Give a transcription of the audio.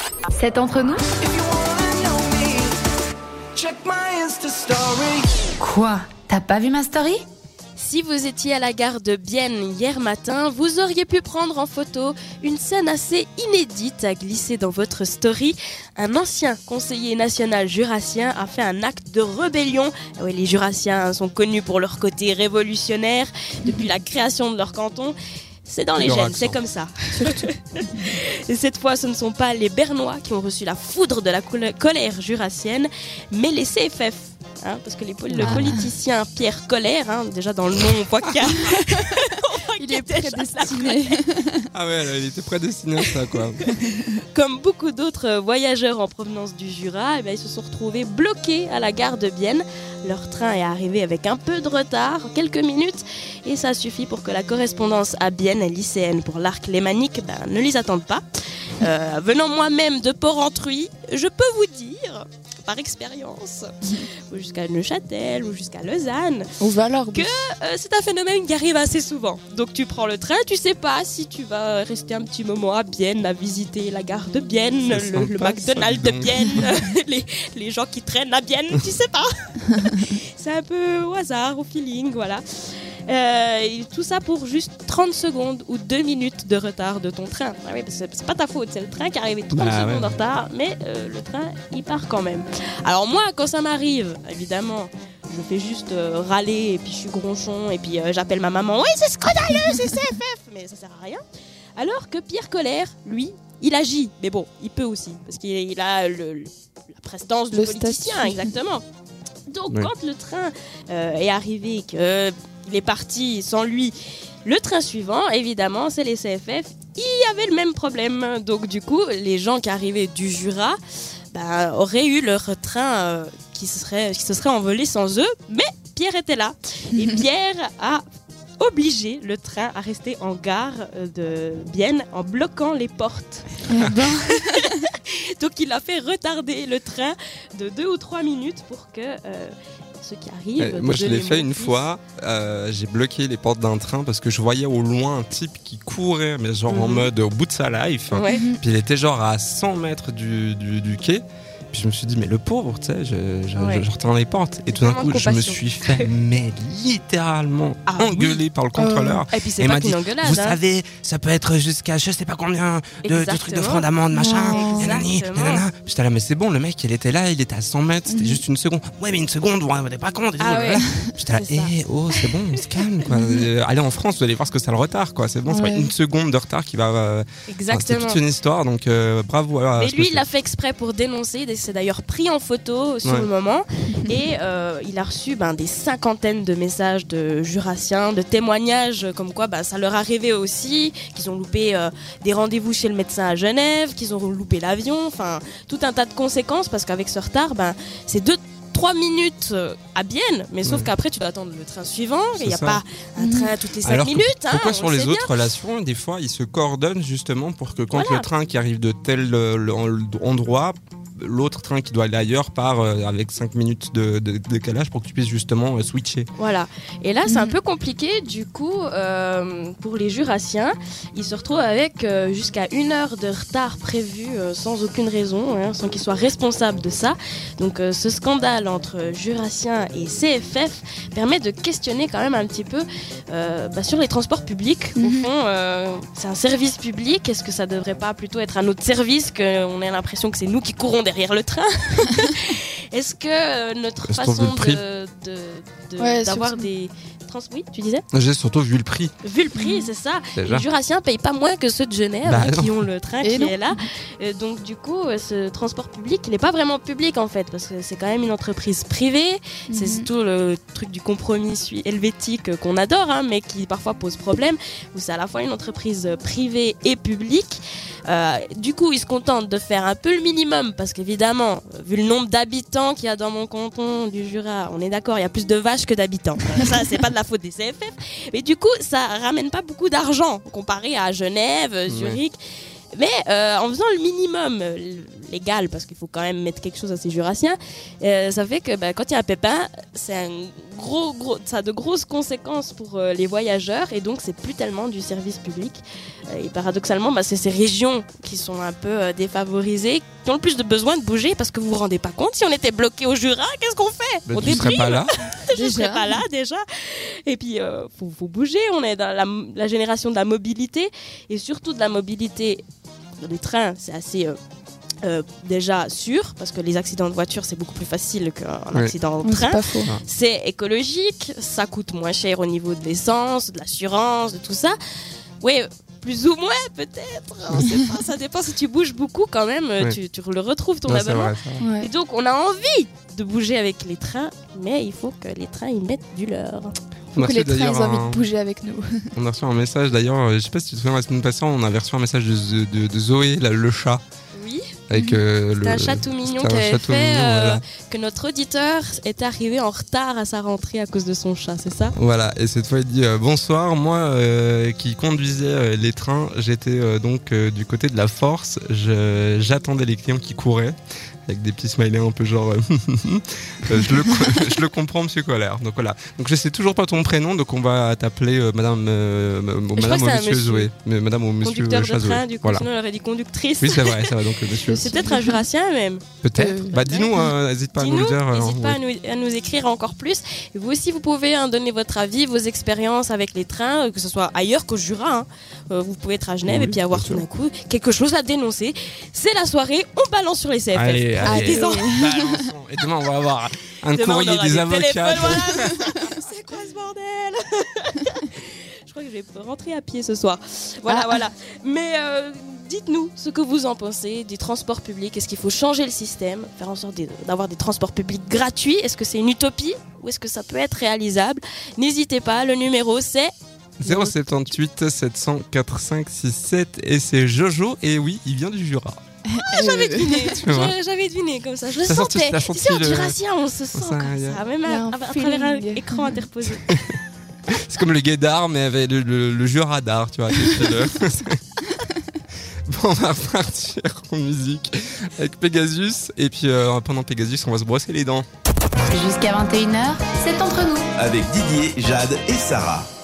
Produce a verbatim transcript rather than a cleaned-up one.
C'est entre nous. Quoi ? T'as pas vu ma story ? Si vous étiez à la gare de Bienne hier matin, vous auriez pu prendre en photo une scène assez inédite à glisser dans votre story. Un ancien conseiller national jurassien a fait un acte de rébellion. Oui, les jurassiens sont connus pour leur côté révolutionnaire depuis la création de leur canton. C'est dans les gènes, c'est comme ça. Et cette fois, ce ne sont pas les Bernois qui ont reçu la foudre de la colère jurassienne, mais les C F F. Hein, parce que les, le ah. politicien Pierre Colère, hein, déjà dans le nom, on voit qu'il y a... il est prédestiné. Ah ouais, il était prédestiné à ça, quoi. Comme beaucoup d'autres voyageurs en provenance du Jura, eh bien, ils se sont retrouvés bloqués à la gare de Bienne. Leur train est arrivé avec un peu de retard, quelques minutes, et ça suffit pour que la correspondance à Bienne, lycéenne pour l'arc lémanique, ben, ne les attende pas. Euh, venant moi-même de Port-Entruy, je peux vous dire... par expérience, ou jusqu'à Neuchâtel, ou jusqu'à Lausanne, ou Valorbe, que euh, c'est un phénomène qui arrive assez souvent. Donc tu prends le train, tu sais pas si tu vas rester un petit moment à Bienne, à visiter la gare de Bienne, le, sympa, le McDonald's de Bienne, les, les gens qui traînent à Bienne, tu sais pas. C'est un peu au hasard, au feeling, voilà. Euh, et tout ça pour juste trente secondes ou deux minutes de retard de ton train. Ah oui, parce que c'est pas ta faute, c'est le train qui est arrivé trente bah, secondes ouais. en retard, mais euh, le train il part quand même. Alors moi, quand ça m'arrive, évidemment, je fais juste euh, râler et puis je suis gronchon et puis euh, j'appelle ma maman. Oui, c'est scandaleux, c'est C F F, mais ça sert à rien. Alors que Pierre Colère, lui, il agit, mais bon, il peut aussi parce qu'il il a le, le, la prestance du le politicien, statut. Exactement. Donc oui. Quand le train euh, est arrivé, que il est parti sans lui. Le train suivant, évidemment, c'est les C F F. Il y avait le même problème. Donc, du coup, les gens qui arrivaient du Jura bah, auraient eu leur train euh, qui, se serait, qui se serait envolé sans eux. Mais Pierre était là. Et Pierre a obligé le train à rester en gare de Bienne en bloquant les portes. Donc, il a fait retarder le train de deux ou trois minutes pour que... Euh, ceux qui arrivent. Euh, moi, je l'ai fait une fois. Euh, j'ai bloqué les portes d'un train parce que je voyais au loin un type qui courait, mais genre mmh. en mode au bout de sa life. Ouais. Puis il était genre à cent mètres du, du, du quai. Puis je me suis dit, mais le pauvre, tu sais, je, je, ouais. je, je retourne les portes. Et tout d'un coup, je me suis fait, mais littéralement ah, engueuler oui. par le contrôleur. Euh, et puis c'est et pas m'a dit, engueulade, vous hein. savez, ça peut être jusqu'à je sais pas combien de, de trucs de francs d'amende, machin. Nanani, nanana. J'étais là, mais c'est bon, le mec, il était là, il était à cent mètres, c'était mm-hmm. juste une seconde. Ouais, mais une seconde, vous vous rendez pas compte. Ah ouais. J'étais là, hé, hey, oh, c'est bon, on se calme, quoi. euh, allez en France, vous allez voir ce que ça le retard, quoi. C'est bon, ouais. c'est pas une seconde de retard qui va. Euh, Exactement. C'est toute une histoire, donc euh, bravo. Alors, mais lui, il l'a fait exprès pour dénoncer, c'est d'ailleurs pris en photo sur ouais. le moment et euh, il a reçu ben, des cinquantaines de messages de jurassiens, de témoignages comme quoi ben, ça leur arrivait aussi, qu'ils ont loupé euh, des rendez-vous chez le médecin à Genève, qu'ils ont loupé l'avion, enfin tout un tas de conséquences parce qu'avec ce retard, ben, c'est deux trois minutes à Bienne, mais sauf ouais. qu'après tu dois attendre le train suivant, il n'y a ça. Pas un train toutes les cinq Alors minutes. Que, pourquoi hein, sur les autres bien. Relations, des fois ils se coordonnent justement pour que quand voilà. le train qui arrive de tel euh, endroit, l'autre train qui doit aller ailleurs part euh, avec cinq minutes de, de, de décalage pour que tu puisses justement euh, switcher. Voilà. Et là, c'est mmh. un peu compliqué. Du coup, euh, pour les jurassiens, ils se retrouvent avec euh, jusqu'à une heure de retard prévu euh, sans aucune raison, hein, sans qu'ils soient responsables de ça. Donc, euh, ce scandale entre jurassiens et C F F permet de questionner quand même un petit peu euh, bah, sur les transports publics. Mmh. Au fond, euh, c'est un service public. Est-ce que ça devrait pas plutôt être un autre service, qu'on ait l'impression que c'est nous qui courons derrière le train? Est-ce que euh, notre Est-ce façon de, de, de, ouais, d'avoir surtout. des... Trans... Oui, tu disais? J'ai surtout vu le prix. Vu le prix, c'est ça. Déjà. Les Jurassiens ne payent pas moins que ceux de Genève bah, qui ont le train Et qui non. est là. Euh, donc du coup, ce transport public, il n'est pas vraiment public en fait, parce que c'est quand même une entreprise privée. Mm-hmm. C'est tout le truc du compromis helvétique qu'on adore, hein, mais qui parfois pose problème, où c'est à la fois une entreprise privée et publique. Euh, du coup, ils se contentent de faire un peu le minimum, parce qu'évidemment, vu le nombre d'habitants qu'il y a dans mon canton du Jura, on est d'accord, il y a plus de vaches que d'habitants. Ça, c'est pas de la faute des C F F. Mais du coup, ça ramène pas beaucoup d'argent comparé à Genève, Zurich. Ouais. Mais euh, en faisant le minimum euh, légal, parce qu'il faut quand même mettre quelque chose à ces jurassiens, euh, ça fait que bah, quand il y a un pépin, c'est un gros, gros, ça a de grosses conséquences pour euh, les voyageurs et donc c'est plus tellement du service public. Euh, et paradoxalement, bah, c'est ces régions qui sont un peu euh, défavorisées, qui ont le plus de besoin de bouger parce que vous vous rendez pas compte, si on était bloqué au Jura, qu'est-ce qu'on fait? Bah, On tu serais pas là. Je serais pas là déjà. Et puis, euh, faut, faut bouger. On est dans la, la génération de la mobilité et surtout de la mobilité. Les trains, c'est assez euh, euh, déjà sûr parce que les accidents de voiture, c'est beaucoup plus facile qu'un Oui. accident de Oui, train. c'est pas faux. C'est écologique, ça coûte moins cher au niveau de l'essence, de l'assurance, de tout ça. Oui, plus ou moins peut-être. On sait pas, ça dépend si tu bouges beaucoup quand même. Oui. Tu, tu le retrouves ton Non, c'est abonnement. vrai, c'est vrai. Et Ouais. donc, on a envie de bouger avec les trains, mais il faut que les trains ils mettent du leur. On a Que reçu les trains, ils d'ailleurs ont envie un- de bouger avec nous. on a reçu un message d'ailleurs, euh, je sais pas si tu te souviens, la semaine passée, on avait reçu un message de, de, de Zoé, la- le chat. Oui, Avec, euh, c'était le- un chat tout mignon c'était qui un avait chat tout fait mignon, euh, voilà. que notre auditeur était arrivé en retard à sa rentrée à cause de son chat, c'est ça? Voilà, et cette fois il dit euh, bonsoir, moi euh, qui conduisais euh, les trains, j'étais euh, donc euh, du côté de la Force, je- j'attendais les clients qui couraient, avec des petits smileys un peu genre euh, euh, je, le, co- je le comprends monsieur Colère. Donc voilà, donc je sais toujours pas ton prénom, donc on va t'appeler euh, madame euh, m- crois madame que ou c'est un monsieur monsieur. Zoé, mais madame ou monsieur Conducteur euh, de train, Zoé. du coup, Voilà. sinon on aurait dit conductrice. Oui c'est vrai, c'est vrai, donc euh, monsieur. C'est peut-être un jurassien même. Peut-être. Euh, bah dis-nous, euh, n'hésite pas à nous Dis-nous, le dire. euh, n'hésite pas à oui. nous, à nous écrire encore plus. Et vous aussi, vous pouvez hein, donner votre avis, vos expériences avec les trains, que ce soit ailleurs qu'au Jura. hein. Euh, vous pouvez être à Genève Oui, et puis avoir bien tout sûr. d'un coup quelque chose à dénoncer. C'est la soirée, on balance sur les C F F. Allez, allez. Profitez-en. Balançons. Et demain on va avoir un Demain, on courrier aura des des avocats. téléphones, voilà. C'est quoi ce bordel? Je crois que je vais rentrer à pied ce soir. Voilà, Ah. voilà. Mais euh, dites-nous ce que vous en pensez des transports publics. Est-ce qu'il faut changer le système, faire en sorte de- d'avoir des transports publics gratuits? Est-ce que c'est une utopie ou est-ce que ça peut être réalisable? N'hésitez pas, le numéro c'est... zéro sept huit sept zéro quatre cinq six sept et c'est Jojo et oui il vient du Jura. J'avais deviné, Tu vois. J'a- j'avais deviné comme ça, je le T'as sorti- sentais. t'as Tu sorti sais, en le- Jurassien, on se sent Ça, comme y a- ça, même y a à, un à- à travers un feeling. écran interposé. C'est comme le guédard mais avec le, le, le Jura d'art tu vois. c'est le- Bon on va repartir en musique avec Pegasus et puis euh, pendant Pegasus on va se brosser les dents. Jusqu'à vingt et une heures, c'est entre nous. Avec Didier, Jade et Sarah.